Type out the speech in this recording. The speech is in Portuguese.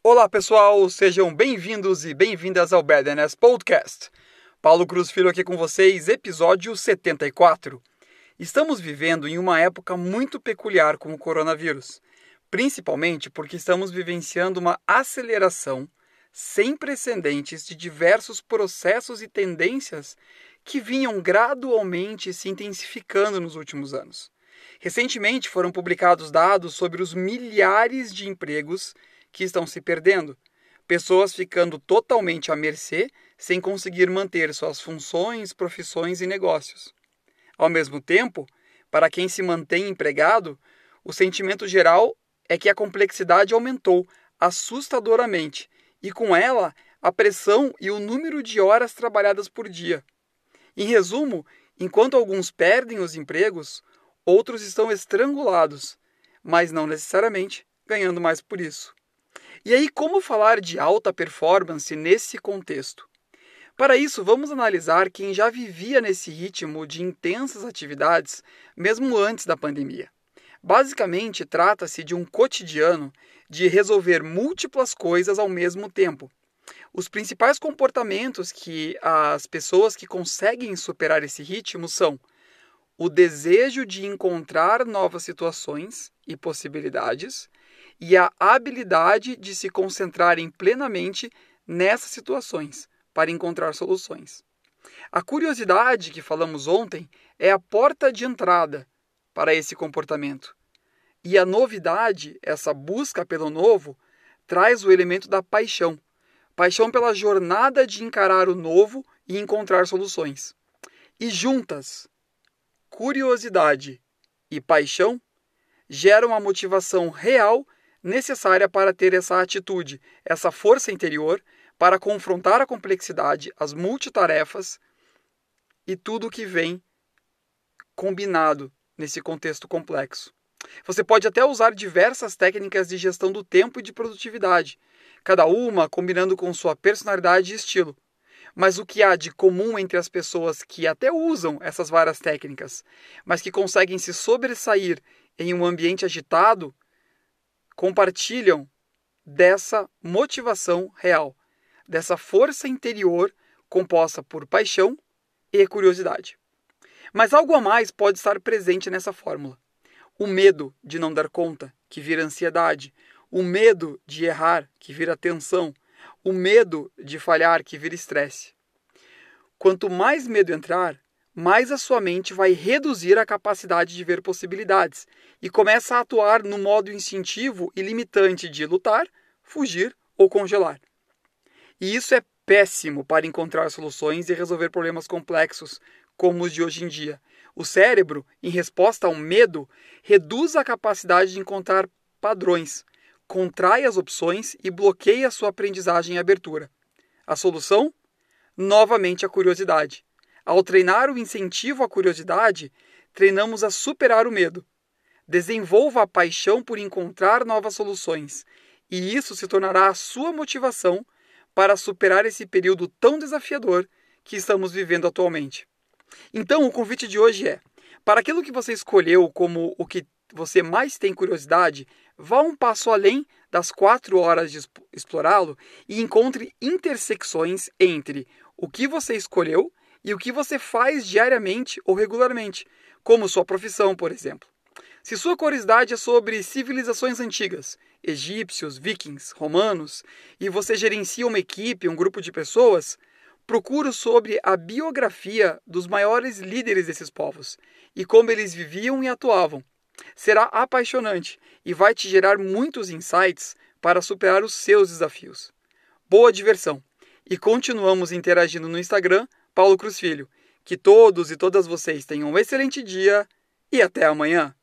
Olá pessoal, sejam bem-vindos e bem-vindas ao BDNS Podcast. Paulo Cruz Filho aqui com vocês, episódio 74. Estamos vivendo em uma época muito peculiar com o coronavírus, principalmente porque estamos vivenciando uma aceleração sem precedentes de diversos processos e tendências que vinham gradualmente se intensificando nos últimos anos. Recentemente foram publicados dados sobre os milhares de empregos que estão se perdendo, pessoas ficando totalmente à mercê sem conseguir manter suas funções, profissões e negócios. Ao mesmo tempo, para quem se mantém empregado, o sentimento geral é que a complexidade aumentou assustadoramente e, com ela, a pressão e o número de horas trabalhadas por dia. Em resumo, enquanto alguns perdem os empregos, outros estão estrangulados, mas não necessariamente ganhando mais por isso. E aí, como falar de alta performance nesse contexto? Para isso, vamos analisar quem já vivia nesse ritmo de intensas atividades, mesmo antes da pandemia. Basicamente, trata-se de um cotidiano de resolver múltiplas coisas ao mesmo tempo. Os principais comportamentos que as pessoas que conseguem superar esse ritmo são o desejo de encontrar novas situações e possibilidades e a habilidade de se concentrarem plenamente nessas situações para encontrar soluções. A curiosidade que falamos ontem é a porta de entrada para esse comportamento. E a novidade, essa busca pelo novo, traz o elemento da paixão. Paixão pela jornada de encarar o novo e encontrar soluções. E juntas, curiosidade e paixão geram a motivação real necessária para ter essa atitude, essa força interior para confrontar a complexidade, as multitarefas e tudo o que vem combinado nesse contexto complexo. Você pode até usar diversas técnicas de gestão do tempo e de produtividade, cada uma combinando com sua personalidade e estilo. Mas o que há de comum entre as pessoas que até usam essas várias técnicas, mas que conseguem se sobressair em um ambiente agitado, compartilham dessa motivação real, dessa força interior composta por paixão e curiosidade. Mas algo a mais pode estar presente nessa fórmula. O medo de não dar conta, que vira ansiedade, o medo de errar, que vira tensão, o medo de falhar, que vira estresse. Quanto mais medo entrar, mais a sua mente vai reduzir a capacidade de ver possibilidades e começa a atuar no modo instintivo e limitante de lutar, fugir ou congelar. E isso é péssimo para encontrar soluções e resolver problemas complexos como os de hoje em dia. O cérebro, em resposta ao medo, reduz a capacidade de encontrar padrões, contrai as opções e bloqueia a sua aprendizagem e abertura. A solução? Novamente a curiosidade. Ao treinar o incentivo à curiosidade, treinamos a superar o medo. Desenvolva a paixão por encontrar novas soluções, e isso se tornará a sua motivação para superar esse período tão desafiador que estamos vivendo atualmente. Então, o convite de hoje é, para aquilo que você escolheu como o que você mais tem curiosidade, vá um passo além das 4 horas de explorá-lo e encontre intersecções entre o que você escolheu e o que você faz diariamente ou regularmente, como sua profissão, por exemplo. Se sua curiosidade é sobre civilizações antigas, egípcios, vikings, romanos, e você gerencia uma equipe, um grupo de pessoas, procure sobre a biografia dos maiores líderes desses povos e como eles viviam e atuavam. Será apaixonante e vai te gerar muitos insights para superar os seus desafios. Boa diversão! E continuamos interagindo no Instagram, Paulo Cruz Filho. Que todos e todas vocês tenham um excelente dia e até amanhã!